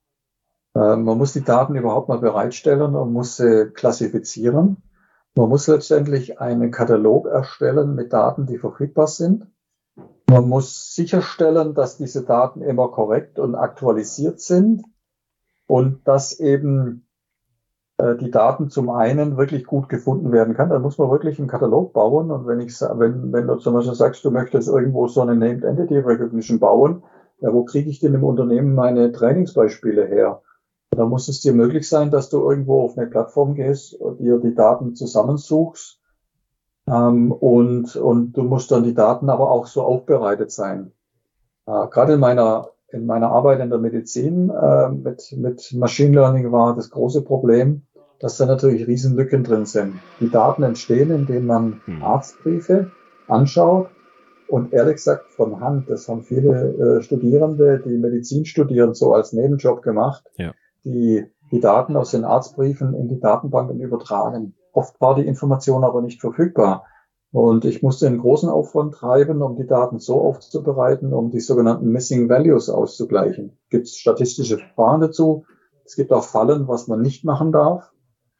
Ähm, man muss die Daten überhaupt mal bereitstellen und muss sie klassifizieren. Man muss letztendlich einen Katalog erstellen mit Daten, die verfügbar sind. Man muss sicherstellen, dass diese Daten immer korrekt und aktualisiert sind und dass eben äh, die Daten zum einen wirklich gut gefunden werden kann. Da muss man wirklich einen Katalog bauen. Und wenn ich, wenn, wenn du zum Beispiel sagst, du möchtest irgendwo so eine Named Entity Recognition bauen, ja, wo kriege ich denn im Unternehmen meine Trainingsbeispiele her? Da muss es dir möglich sein, dass du irgendwo auf eine Plattform gehst und dir die Daten zusammensuchst. Ähm, und, und du musst dann die Daten aber auch so aufbereitet sein. Äh, gerade in meiner, in meiner Arbeit in der Medizin äh, mit, mit Machine Learning war das große Problem, dass da natürlich Riesenlücken drin sind. Die Daten entstehen, indem man hm. Arztbriefe anschaut. Und ehrlich gesagt von Hand, das haben viele äh, Studierende, die Medizin studieren, so als Nebenjob gemacht. Ja. Die, die Daten aus den Arztbriefen in die Datenbanken übertragen. Oft war die Information aber nicht verfügbar. Und ich musste einen großen Aufwand treiben, um die Daten so aufzubereiten, um die sogenannten Missing Values auszugleichen. Gibt es statistische Verfahren dazu. Es gibt auch Fallen, was man nicht machen darf.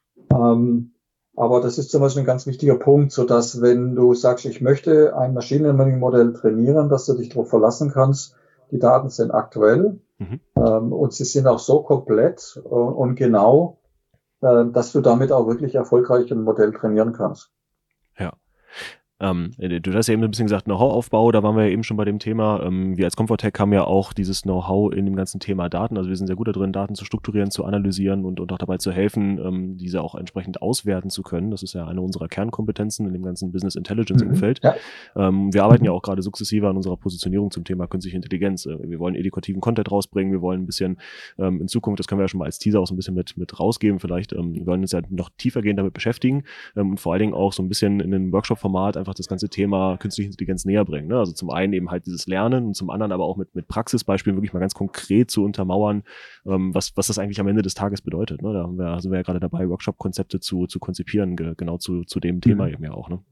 Ähm, aber das ist zum Beispiel ein ganz wichtiger Punkt, so dass wenn du sagst, ich möchte ein Machine Learning Modell trainieren, dass du dich darauf verlassen kannst, die Daten sind aktuell. Mhm. Ähm, und sie sind auch so komplett äh, und genau, äh, dass du damit auch wirklich erfolgreich ein Modell trainieren kannst. Ja. Ähm, du hast ja eben ein bisschen gesagt, Know-how-Aufbau, da waren wir ja eben schon bei dem Thema. Ähm, wir als Comfortech haben ja auch dieses Know-how in dem ganzen Thema Daten. Also wir sind sehr gut darin, Daten zu strukturieren, zu analysieren und, und auch dabei zu helfen, ähm, diese auch entsprechend auswerten zu können. Das ist ja eine unserer Kernkompetenzen in dem ganzen Business Intelligence-Umfeld. Mhm, ja. ähm, wir arbeiten ja auch gerade sukzessive an unserer Positionierung zum Thema künstliche Intelligenz. Äh, wir wollen edukativen Content rausbringen, wir wollen ein bisschen ähm, in Zukunft, das können wir ja schon mal als Teaser auch so ein bisschen mit, mit rausgeben vielleicht, ähm, wir wollen uns ja noch tiefergehend damit beschäftigen ähm, und vor allen Dingen auch so ein bisschen in einem Workshop-Format einfach das ganze Thema künstliche Intelligenz näher bringen. Ne? Also zum einen eben halt dieses Lernen und zum anderen aber auch mit, mit Praxisbeispielen wirklich mal ganz konkret zu untermauern, ähm, was, was das eigentlich am Ende des Tages bedeutet. Ne? Da haben wir, sind wir ja gerade dabei, Workshop-Konzepte zu, zu konzipieren, ge, genau zu, zu dem Thema mhm. eben ja auch. Ne?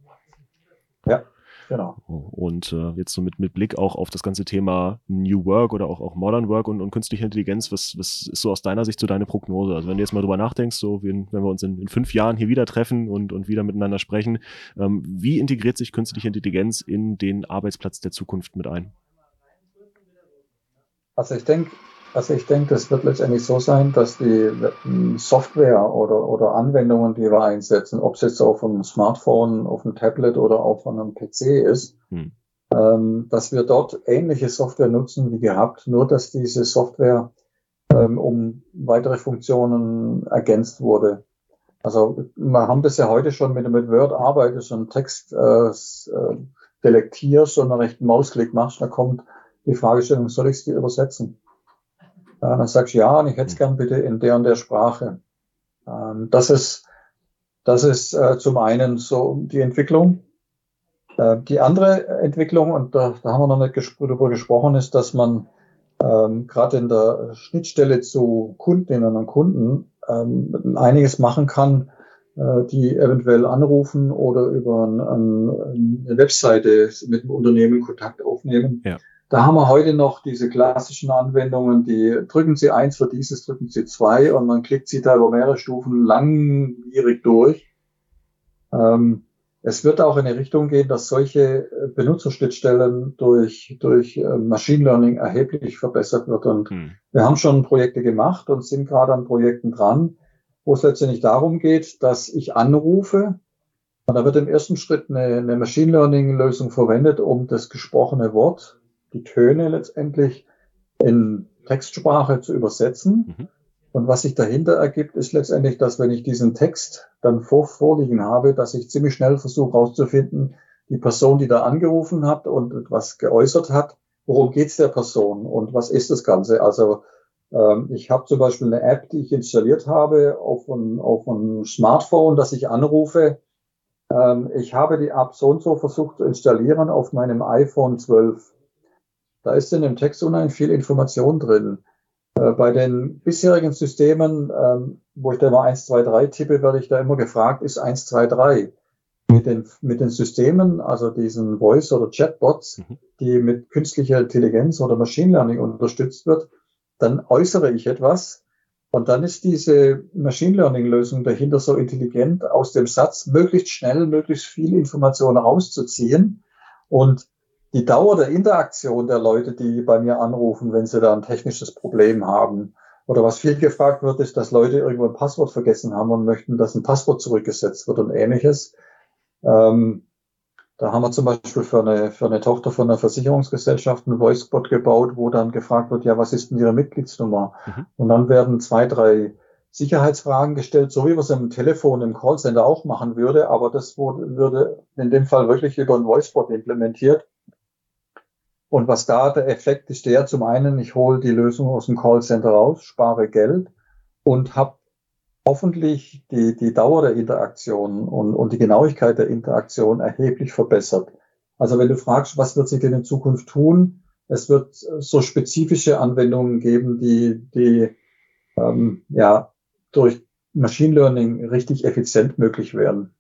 Ja. Genau. Und äh, jetzt so mit, mit Blick auch auf das ganze Thema New Work oder auch, auch Modern Work und, und künstliche Intelligenz, was, was ist so aus deiner Sicht so deine Prognose? Also wenn du jetzt mal drüber nachdenkst, so wenn, wenn wir uns in, in fünf Jahren hier wieder treffen und, und wieder miteinander sprechen, ähm, wie integriert sich künstliche Intelligenz in den Arbeitsplatz der Zukunft mit ein? Also ich denke, Also ich denke, das wird letztendlich so sein, dass die Software oder, oder Anwendungen, die wir einsetzen, ob es jetzt auf einem Smartphone, auf einem Tablet oder auf einem P C ist, hm. ähm, dass wir dort ähnliche Software nutzen wie gehabt, nur dass diese Software ähm, um weitere Funktionen ergänzt wurde. Also wir haben das ja heute schon, wenn du mit Word arbeitest und Text äh, delektierst und einen rechten Mausklick machst, dann kommt die Fragestellung, soll ich es dir übersetzen? Ja, dann sagst du, ja, und ich hätte es gern bitte in der und der Sprache. Ähm, das ist, das ist äh, zum einen so die Entwicklung. Äh, die andere Entwicklung, und da, da haben wir noch nicht ges- darüber gesprochen, ist, dass man ähm, gerade in der Schnittstelle zu Kundinnen und Kunden ähm, einiges machen kann, äh, die eventuell anrufen oder über ein, ein, eine Webseite mit dem Unternehmen Kontakt aufnehmen. Ja. Da haben wir heute noch diese klassischen Anwendungen, die drücken Sie eins für dieses, drücken Sie zwei und man klickt sie da über mehrere Stufen langwierig durch. Ähm, es wird auch in die Richtung gehen, dass solche Benutzerschnittstellen durch, durch Machine Learning erheblich verbessert wird. Und hm. wir haben schon Projekte gemacht und sind gerade an Projekten dran, wo es letztendlich darum geht, dass ich anrufe und da wird im ersten Schritt eine, eine Machine Learning Lösung verwendet, um das gesprochene Wort, die Töne letztendlich in Textsprache zu übersetzen. Mhm. Und was sich dahinter ergibt, ist letztendlich, dass wenn ich diesen Text dann vor, vorliegen habe, dass ich ziemlich schnell versuche herauszufinden, die Person, die da angerufen hat und etwas geäußert hat, worum geht's der Person und was ist das Ganze? Also ähm, ich habe zum Beispiel eine App, die ich installiert habe auf ein, auf ein Smartphone, das ich anrufe. Ähm, ich habe die App so und so versucht zu installieren auf meinem iPhone zwölf. Da ist in dem Text unheimlich viel Information drin. Bei den bisherigen Systemen, ähm, wo ich da mal eins, zwei, drei tippe, werde ich da immer gefragt, ist eins, zwei, drei. Mit den, mit den Systemen, also diesen Voice- oder Chatbots, mhm. die mit künstlicher Intelligenz oder Machine Learning unterstützt wird, dann äußere ich etwas und dann ist diese Machine Learning-Lösung dahinter so intelligent, aus dem Satz möglichst schnell, möglichst viel Information rauszuziehen und die Dauer der Interaktion der Leute, die bei mir anrufen, wenn sie da ein technisches Problem haben. Oder was viel gefragt wird, ist, dass Leute irgendwo ein Passwort vergessen haben und möchten, dass ein Passwort zurückgesetzt wird und Ähnliches. Ähm, da haben wir zum Beispiel für eine, für eine Tochter von einer Versicherungsgesellschaft einen Voicebot gebaut, wo dann gefragt wird, ja, was ist denn Ihre Mitgliedsnummer? Mhm. Und dann werden zwei, drei Sicherheitsfragen gestellt, so wie man es im Telefon im Callcenter auch machen würde. Aber das wurde, würde in dem Fall wirklich über ein Voicebot implementiert. Und was da der Effekt ist, der zum einen, ich hole die Lösung aus dem Callcenter raus, spare Geld und habe hoffentlich die, die Dauer der Interaktion und, und die Genauigkeit der Interaktion erheblich verbessert. Also wenn du fragst, was wird sich denn in Zukunft tun, es wird so spezifische Anwendungen geben, die, die ähm, ja durch Machine Learning richtig effizient möglich werden.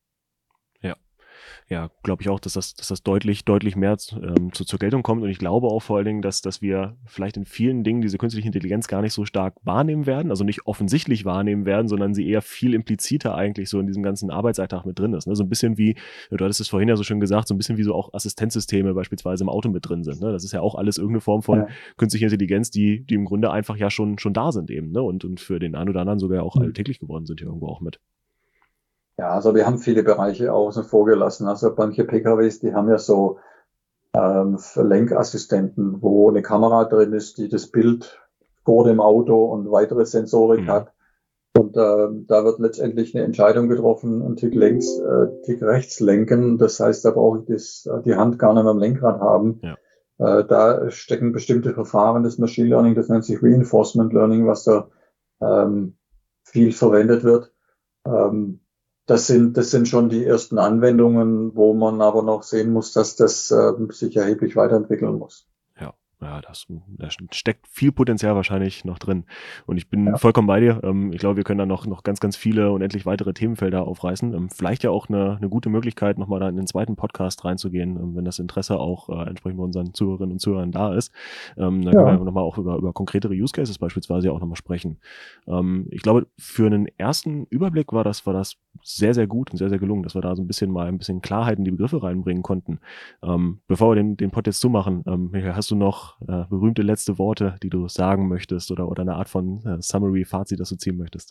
Ja, glaube ich auch, dass das, dass das deutlich, deutlich mehr ähm, zu, zur Geltung kommt. Und ich glaube auch vor allen Dingen, dass, dass wir vielleicht in vielen Dingen diese künstliche Intelligenz gar nicht so stark wahrnehmen werden, also nicht offensichtlich wahrnehmen werden, sondern sie eher viel impliziter eigentlich so in diesem ganzen Arbeitsalltag mit drin ist. Ne? So ein bisschen wie, du hattest es vorhin ja so schön gesagt, so ein bisschen wie so auch Assistenzsysteme beispielsweise im Auto mit drin sind. Ne? Das ist ja auch alles irgendeine Form von ja. künstlicher Intelligenz, die, die im Grunde einfach ja schon, schon da sind eben. Ne? Und, und für den einen oder anderen sogar auch mhm. alltäglich geworden sind ja irgendwo auch mit. Ja, also wir haben viele Bereiche außen vor gelassen. Also manche P K Ws, die haben ja so ähm, Lenkassistenten, wo eine Kamera drin ist, die das Bild vor dem Auto und weitere Sensorik mhm. hat. Und äh, da wird letztendlich eine Entscheidung getroffen, ein Tick links, äh, Tick rechts lenken. Das heißt, da brauche ich das, die Hand gar nicht mehr am Lenkrad haben. Ja. Äh, da stecken bestimmte Verfahren des Machine Learning, das nennt sich Reinforcement Learning, was da ähm, viel verwendet wird. Ähm, Das sind, das sind schon die ersten Anwendungen, wo man aber noch sehen muss, dass das äh, sich erheblich weiterentwickeln muss. Ja, ja, das, da steckt viel Potenzial wahrscheinlich noch drin. Und ich bin ja. vollkommen bei dir. Ähm, ich glaube, wir können da noch, noch ganz, ganz viele unendlich weitere Themenfelder aufreißen. Ähm, vielleicht ja auch eine, eine gute Möglichkeit, nochmal da in den zweiten Podcast reinzugehen, ähm, wenn das Interesse auch äh, entsprechend bei unseren Zuhörerinnen und Zuhörern da ist. Ähm, dann ja. können wir nochmal auch über, über konkretere Use Cases beispielsweise auch nochmal sprechen. Ähm, ich glaube, für einen ersten Überblick war das, war das sehr, sehr gut und sehr, sehr gelungen, dass wir da so ein bisschen mal ein bisschen Klarheit in die Begriffe reinbringen konnten. Ähm, bevor wir den, den Pod jetzt zumachen, ähm, Michael, hast du noch äh, berühmte letzte Worte, die du sagen möchtest oder, oder eine Art von äh, Summary, Fazit, das du ziehen möchtest?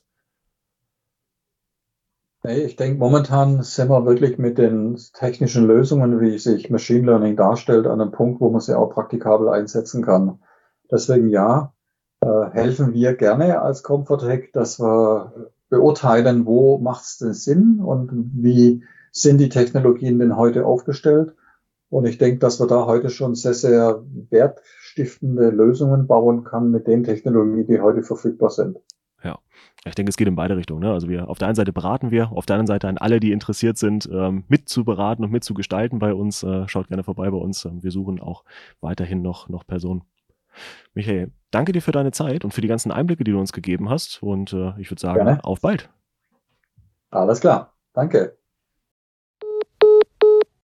Nee, ich denke, momentan sind wir wirklich mit den technischen Lösungen, wie sich Machine Learning darstellt, an einem Punkt, wo man sie auch praktikabel einsetzen kann. Deswegen ja, äh, helfen wir gerne als Comfortech, dass wir beurteilen, wo macht es denn Sinn und wie sind die Technologien denn heute aufgestellt. Und ich denke, dass wir da heute schon sehr, sehr wertstiftende Lösungen bauen kann mit den Technologien, die heute verfügbar sind. Ja, ich denke, es geht in beide Richtungen. Ne? Also wir auf der einen Seite beraten wir, auf der anderen Seite an alle, die interessiert sind, ähm, mitzuberaten und mitzugestalten bei uns. Äh, schaut gerne vorbei bei uns. Wir suchen auch weiterhin noch, noch Personen. Michael, danke dir für deine Zeit und für die ganzen Einblicke, die du uns gegeben hast. Und äh, ich würde sagen, gerne. Auf bald. Alles klar. Danke.